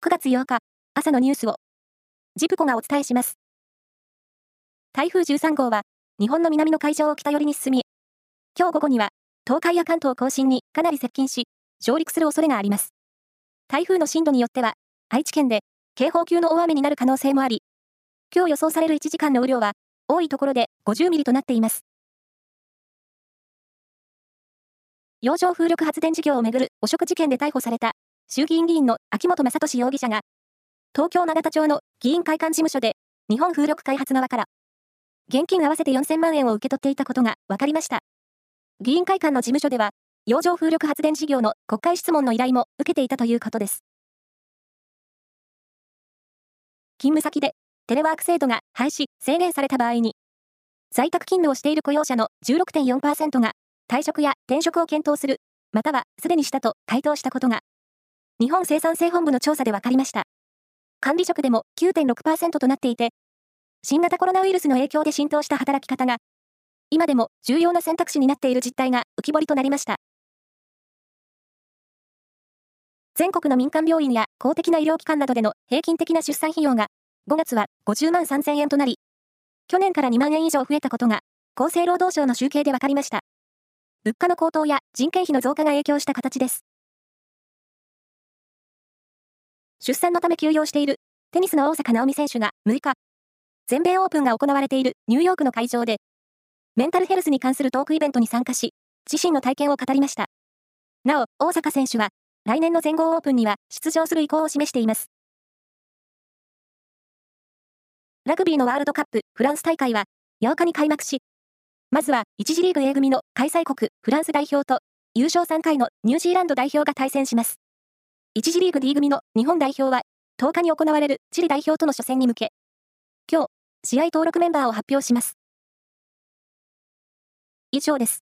9月8日、朝のニュースを、ジプコがお伝えします。台風13号は、日本の南の海上を北寄りに進み、今日午後には、東海や関東甲信にかなり接近し、上陸する恐れがあります。台風の進路によっては、愛知県で警報級の大雨になる可能性もあり、今日予想される1時間の雨量は、多いところで50ミリとなっています。洋上風力発電事業をめぐる汚職事件で逮捕された衆議院議員の秋本真利容疑者が、東京永田町の議員会館事務所で日本風力開発側から現金合わせて4000万円を受け取っていたことが分かりました。議員会館の事務所では、洋上風力発電事業の国会質問の依頼も受けていたということです。勤務先でテレワーク制度が廃止・制限された場合に、在宅勤務をしている雇用者の 16.4% が退職や転職を検討する、またはすでにしたと回答したことが、日本生産性本部の調査で分かりました。管理職でも 9.6% となっていて、新型コロナウイルスの影響で浸透した働き方が、今でも重要な選択肢になっている実態が浮き彫りとなりました。全国の民間病院や公的な医療機関などでの平均的な出産費用が、5月は50万3000円となり、去年から2万円以上増えたことが、厚生労働省の集計で分かりました。物価の高騰や人件費の増加が影響した形です。出産のため休養しているテニスの大坂なおみ選手が6日、全米オープンが行われているニューヨークの会場で、メンタルヘルスに関するトークイベントに参加し、自身の体験を語りました。なお、大坂選手は、来年の全豪オープンには出場する意向を示しています。ラグビーのワールドカップフランス大会は8日に開幕し、まずは1次リーグ A 組の開催国フランス代表と優勝3回のニュージーランド代表が対戦します。1次リーグ D 組の日本代表は10日に行われるチリ代表との初戦に向け、今日、試合登録メンバーを発表します。以上です。